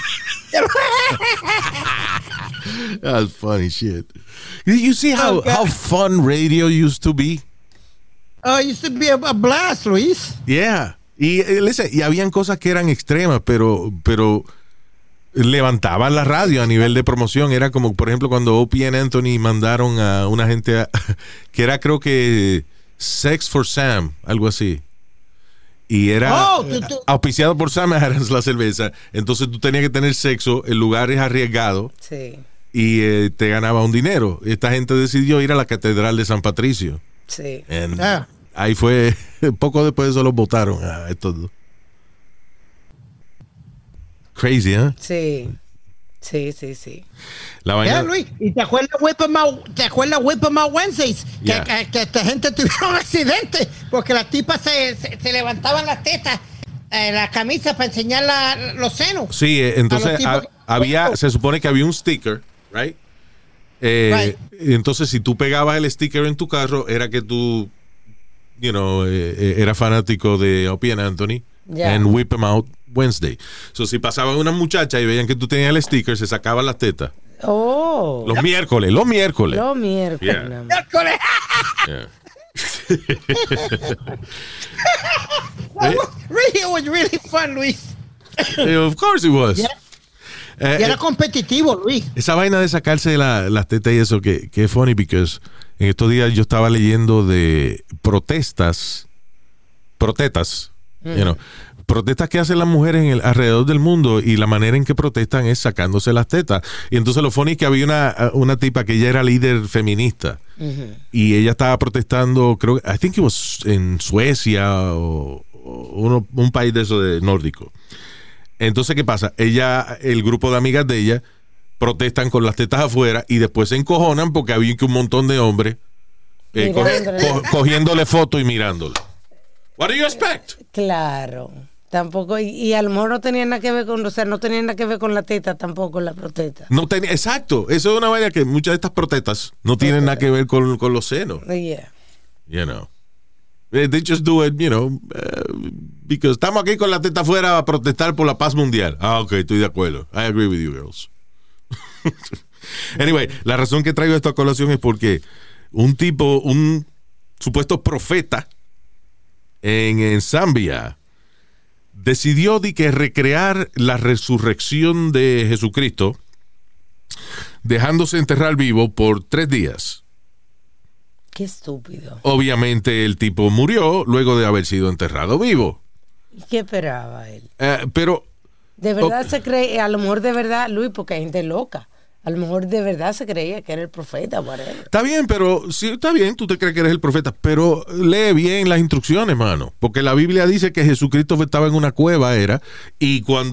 That's funny shit. You see how, Oh, God. how fun radio used to be? Oh, it used to be a, a blast, Luis. Yeah. Y, eh, listen, y habían cosas que eran extremas, pero, pero levantaban la radio a nivel de promoción. Era como, por ejemplo, cuando Opie and Anthony mandaron a una gente a- que era, creo que Sex for Sam, algo así. Y era Oh, tú- tú- auspiciado por Sam Adams la cerveza. Entonces tú tenías que tener sexo en lugares arriesgados Sí, y eh, te ganaba un dinero. Esta gente decidió ir a la Catedral de San Patricio. sí. And Ah. ahí fue, poco después de eso los votaron a estos dos. Crazy, ¿eh? Sí, sí, sí, sí. La vaina. Yeah, Luis. ¿Y te acuerdas Whip 'em Out, te acuerdas Whip 'em Out Wednesdays? Que, Yeah. que, que esta gente tuvieron accidentes porque las tipas se, se, se levantaban las tetas, eh, la camisa para enseñar la- los senos. Sí, eh, A entonces los tipos ha- que- había, se supone que había un sticker, right? Eh, Entonces, si tú pegabas el sticker en tu carro, era que tú, you know, eh, eh, era fanático de Opie and Anthony Yeah. and Whip 'em Out Wednesday. So, si pasaban una muchacha y veían que tú tenías el sticker, se sacaban las tetas. Oh, Los miércoles, los miércoles. los miércoles. Yeah. nada más. Miércoles. Yeah. That was really, it was really fun, Luis. Eh, of course it was. Yeah. Eh, Y era eh, competitivo, Luis. esa vaina de sacarse la- las tetas y eso, que, que es funny, because en estos días yo estaba leyendo de protestas, protestas, you know, protestas que hacen las mujeres en el, alrededor del mundo, y la manera en que protestan es sacándose las tetas. Y entonces lo funny es que había una, una tipa que ella era líder feminista, y ella estaba protestando, creo, I think it was en Suecia o, o uno- un país de eso de nórdico. Entonces, ¿qué pasa? Ella, el grupo de amigas de ella, protestan con las tetas afuera y después se encojonan porque había que un montón de hombres eh, co- Mirándole. co- cogiéndole fotos y mirándole. What do you expect? Claro. Tampoco, y, y a lo mejor no tenía nada que ver con, o sea, no tenía nada que ver con la teta tampoco, la protesta. No tenía, exacto, eso es una vaina que muchas de estas protestas no tienen nada que ver con, con los senos, Yeah. you know. Eh, They just do it, you know, uh, because estamos aquí con la teta afuera a protestar por la paz mundial. Ah, ok, estoy de acuerdo. I agree with you, girls. Anyway, la razón que traigo esta colación es porque un tipo, un supuesto profeta en, en Zambia decidió de que recrear la resurrección de Jesucristo dejándose enterrar vivo por tres días. Qué estúpido. Obviamente el tipo murió luego de haber sido enterrado vivo. ¿Y qué esperaba él? Eh, pero De verdad Ok. se cree, a lo mejor de verdad, Luis, porque hay gente loca. A lo mejor de verdad se creía que era el profeta, whatever. está bien, pero sí, está bien, tú te crees que eres el profeta, pero lee bien las instrucciones, mano, porque la Biblia dice que Jesucristo estaba en una cueva, era, y cuando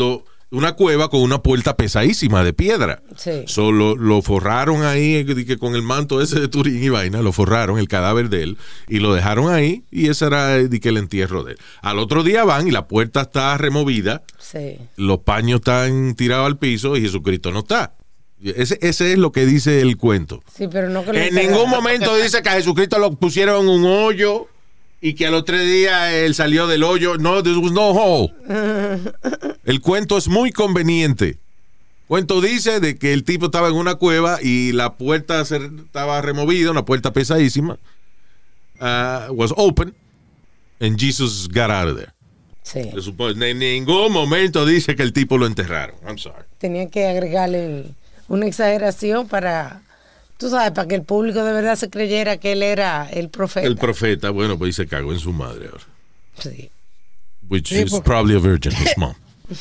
una cueva con una puerta pesadísima de piedra. Sí. Solo lo forraron ahí que con el manto ese de Turín y vaina, lo forraron, el cadáver de él, y lo dejaron ahí, y ese era de que el entierro de él. Al otro día van y la puerta está removida, Sí. los paños están tirados al piso y Jesucristo no está. Ese, ese es lo que dice el cuento. Sí, pero no que lo En enterraron. ningún momento dice que a Jesucristo lo pusieron en un hoyo y que al otro día él salió del hoyo. No, there was no hole. El cuento es muy conveniente. El cuento dice de que el tipo estaba en una cueva y la puerta se, estaba removida, una puerta pesadísima. Uh, was open and Jesus got out of there. Sí. Se supone, en ningún momento dice que el tipo lo enterraron. I'm sorry. Tenía que agregarle una exageración para, tú sabes, para que el público de verdad se creyera que él era el profeta. El profeta, bueno, pues se cagó en su madre ahora. Sí. Which Sí, is porque- probably a virgin, his mom.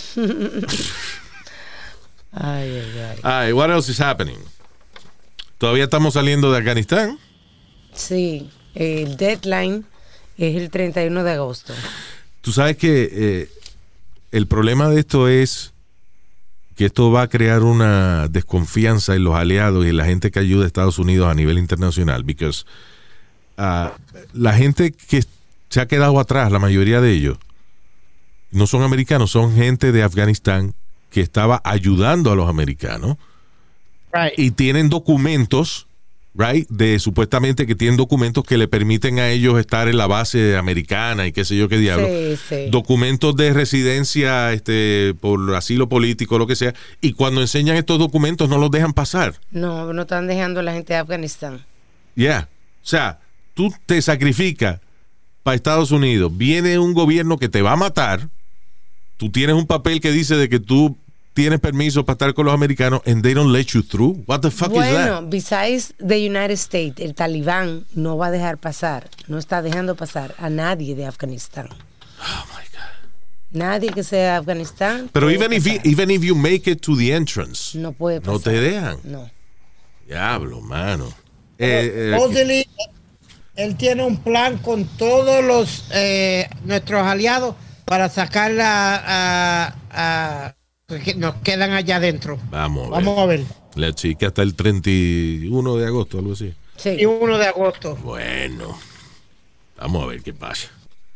Ay, ay, ay. Ay, what else is happening? Todavía estamos saliendo de Afganistán. Sí, el deadline es el treinta y uno de agosto. Tú sabes que eh, el problema de esto es que esto va a crear una desconfianza en los aliados y en la gente que ayuda a Estados Unidos a nivel internacional, because uh, la gente que se ha quedado atrás, la mayoría de ellos, no son americanos, son gente de Afganistán que estaba ayudando a los americanos Right. y tienen documentos, right, de supuestamente que tienen documentos que le permiten a ellos estar en la base americana y qué sé yo qué diablo. Sí, sí. Documentos de residencia este, por asilo político, lo que sea, y cuando enseñan estos documentos no los dejan pasar. No, no están dejando a la gente de Afganistán. Ya. Yeah. O sea, tú te sacrificas para Estados Unidos, viene un gobierno que te va a matar, tú tienes un papel que dice de que tú tienes permiso para estar con los americanos and they don't let you through. What the fuck is Bueno, that? besides the United States, el talibán no va a dejar pasar, no está dejando pasar a nadie de Afganistán. Oh my God. Nadie que sea de Afganistán. Pero puede even if, you, pasar. even if you make it to the entrance, no puede pasar. no te dejan. No. Diablo, mano. Eh, eh, Supposedly, él tiene un plan con todos los eh, nuestros aliados para sacarla a, a, que nos quedan allá adentro. vamos a ver. Vamos a ver. La chica hasta el treinta y uno de agosto, algo así. Sí. Y uno de agosto. Bueno, vamos a ver qué pasa.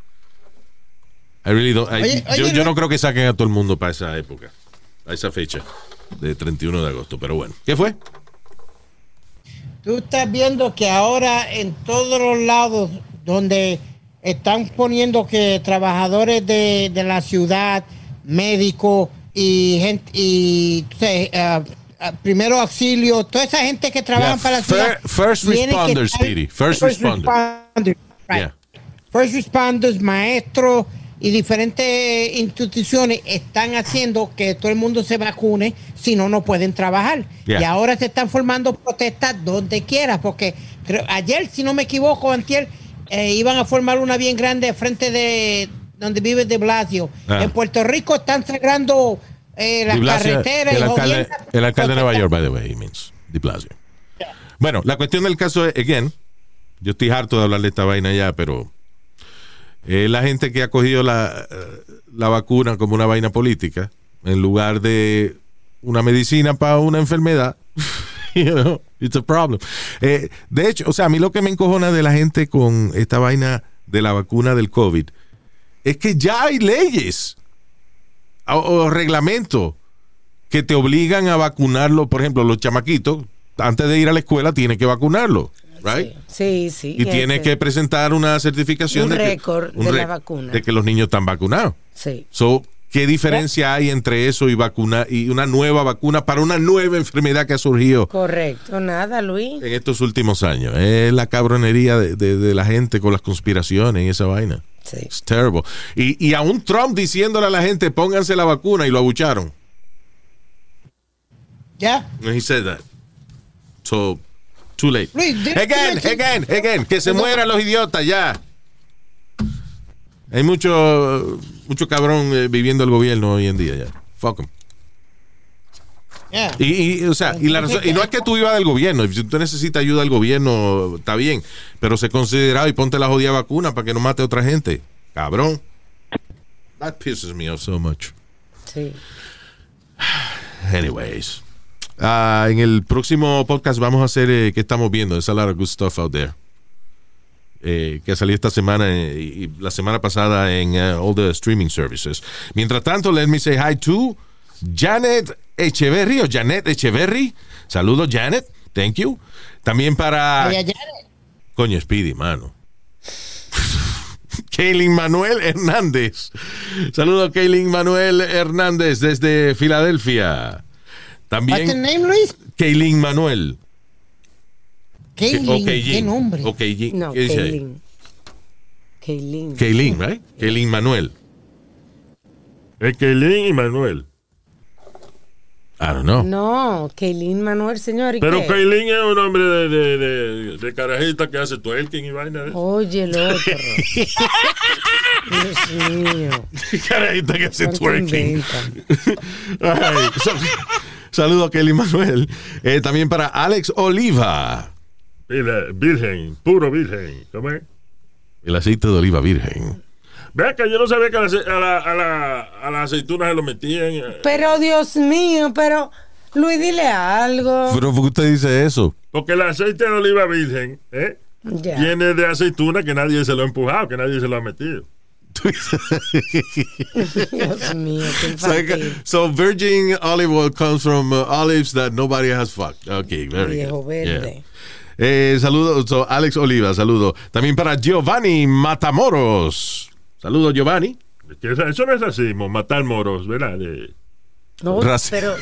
I really don't- I- Oye, yo, oye, yo no- no creo que saquen a todo el mundo para esa época, a esa fecha de treinta y uno de agosto, pero bueno. ¿Qué fue? Tú estás viendo que ahora en todos los lados donde están poniendo que trabajadores de, de la ciudad, médicos y gente y tú sabes, ah, ah, primero auxilio, toda esa gente que trabaja Yeah, para la fir- ciudad. first tiene que responders, estar- Speedy, first responders. responders, right. Yeah. First responders, maestros y diferentes instituciones están haciendo que todo el mundo se vacune, si no, no pueden trabajar. Yeah. Y ahora se están formando protestas donde quiera, porque creo, ayer, si no me equivoco, antier, eh, iban a formar una bien grande frente de donde vive de Blasio. Ah. En Puerto Rico están cerrando eh, las De Blasio, carreteras. el y alcalde, jodiendo. el alcalde de Nueva York, by the way, he means de Blasio. Bueno, la cuestión del caso es, again, yo estoy harto de hablar de esta vaina ya, pero eh, la gente que ha cogido la, la vacuna como una vaina política en lugar de una medicina para una enfermedad. You know, it's a problem. Eh, de hecho, o sea, a mí lo que me encojona de la gente con esta vaina de la vacuna del COVID es que ya hay leyes o, o reglamentos que te obligan a vacunarlo. Por ejemplo, los chamaquitos, antes de ir a la escuela, tienen que vacunarlo, right? Sí, sí. Y tiene que presentar una certificación Un de que, récord de la vacuna. de que los niños están vacunados. Sí. So, ¿qué diferencia hay entre eso y vacuna y una nueva vacuna para una nueva enfermedad que ha surgido Correcto, nada, Luis. en estos últimos años? Es la cabronería de, de- de la gente con las conspiraciones y esa vaina. Sí. It's terrible. Y, y aún Trump diciéndole a la gente, pónganse la vacuna, y lo abucharon. Ya. And he said that. So, too late. Luis, dime- Again, dime- again, again. Que se mueran los idiotas, ya. Hay mucho, mucho cabrón eh, viviendo el gobierno hoy en día, ya. Fuck 'em. Ya. Y, y, o sea, y, la razón- y no es que tú ibas del gobierno. Si tú necesitas ayuda del gobierno, está bien. Pero sé considerado y ponte la jodida vacuna para que no mate a otra gente. Cabrón. That pisses me off so much. Sí. Anyways. Uh, en el próximo podcast vamos a hacer eh, ¿qué estamos viendo? There's a lot of good stuff out there. Eh, que salió esta semana eh, y la semana pasada en uh, all the streaming services. Mientras tanto, let me say hi to Janet Echeverry o Janet Echeverry. Saludos, Janet. Thank you. También para... Oye, Janet. Coño, Speedy, mano. Kaylin Manuel Hernández. Saludos, Kaylin Manuel Hernández desde Filadelfia. También... What's the name, Luis? Kaylin Manuel. Kaylin, ¿qué nombre? O Kaylin. No, ¿Qué dice ahí? Kaylin. Kaylin. Kaylin, right? Kaylin Manuel. Es Kaylin y Manuel. I don't know. No, Kaylin Manuel, señor. ¿y Pero qué? Kaylin es un hombre de, de, de, de carajita que hace twerking y vaina. ¿eh? Oye, el otro. Dios mío. Carajita que hace ¿Cuánto twerking. inventan? Ay, so- saludo a Kelly Manuel. Eh, también para Alex Oliva. Mira, virgen, puro virgen. ¿Cómo es? El aceite de oliva virgen. Vea que yo no sabía que a la, a la, a la, a las aceitunas se lo metían. eh. Pero, Dios mío, pero, Luis, dile algo. Pero ¿por qué usted dice eso? Porque el aceite de oliva virgen ¿eh? Ya. viene de aceituna que nadie se lo ha empujado, que nadie se lo ha metido. Dios mío, qué So, infantil. so virgin olive oil comes from uh, olives that nobody has fucked. Okay, very Viejo good. verde. Yeah. Eh, saludo, so Alex Oliva, saludo. También para Giovanni Matamoros. Saludo, Giovanni. Que eso eso no es racismo, matar moros, ¿verdad? De- No, Raci- pero,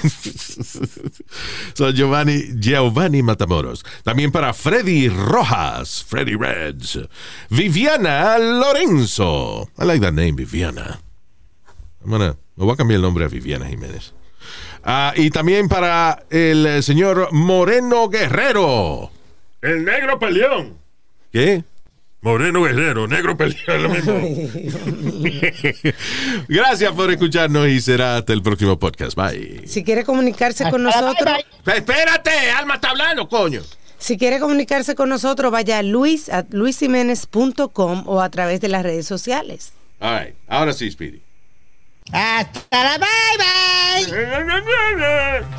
So Giovanni, Giovanni Matamoros. También para Freddy Rojas, Freddy Reds. Viviana Lorenzo. I like that name, Viviana. I'm gonna, me voy a cambiar el nombre a Viviana Jiménez. Ah, y también para el señor Moreno Guerrero. El negro peleón. ¿Qué? Moreno Guerrero, negro peleón, lo mismo. Gracias por escucharnos y será hasta el próximo podcast. Bye. si quiere comunicarse con nosotros, Espérate, Alma está hablando, coño. si quiere comunicarse con nosotros, vaya a luis at luisjimenez punto com o a través de las redes sociales. All right. Ahora sí, Speedy. Hasta la bye bye.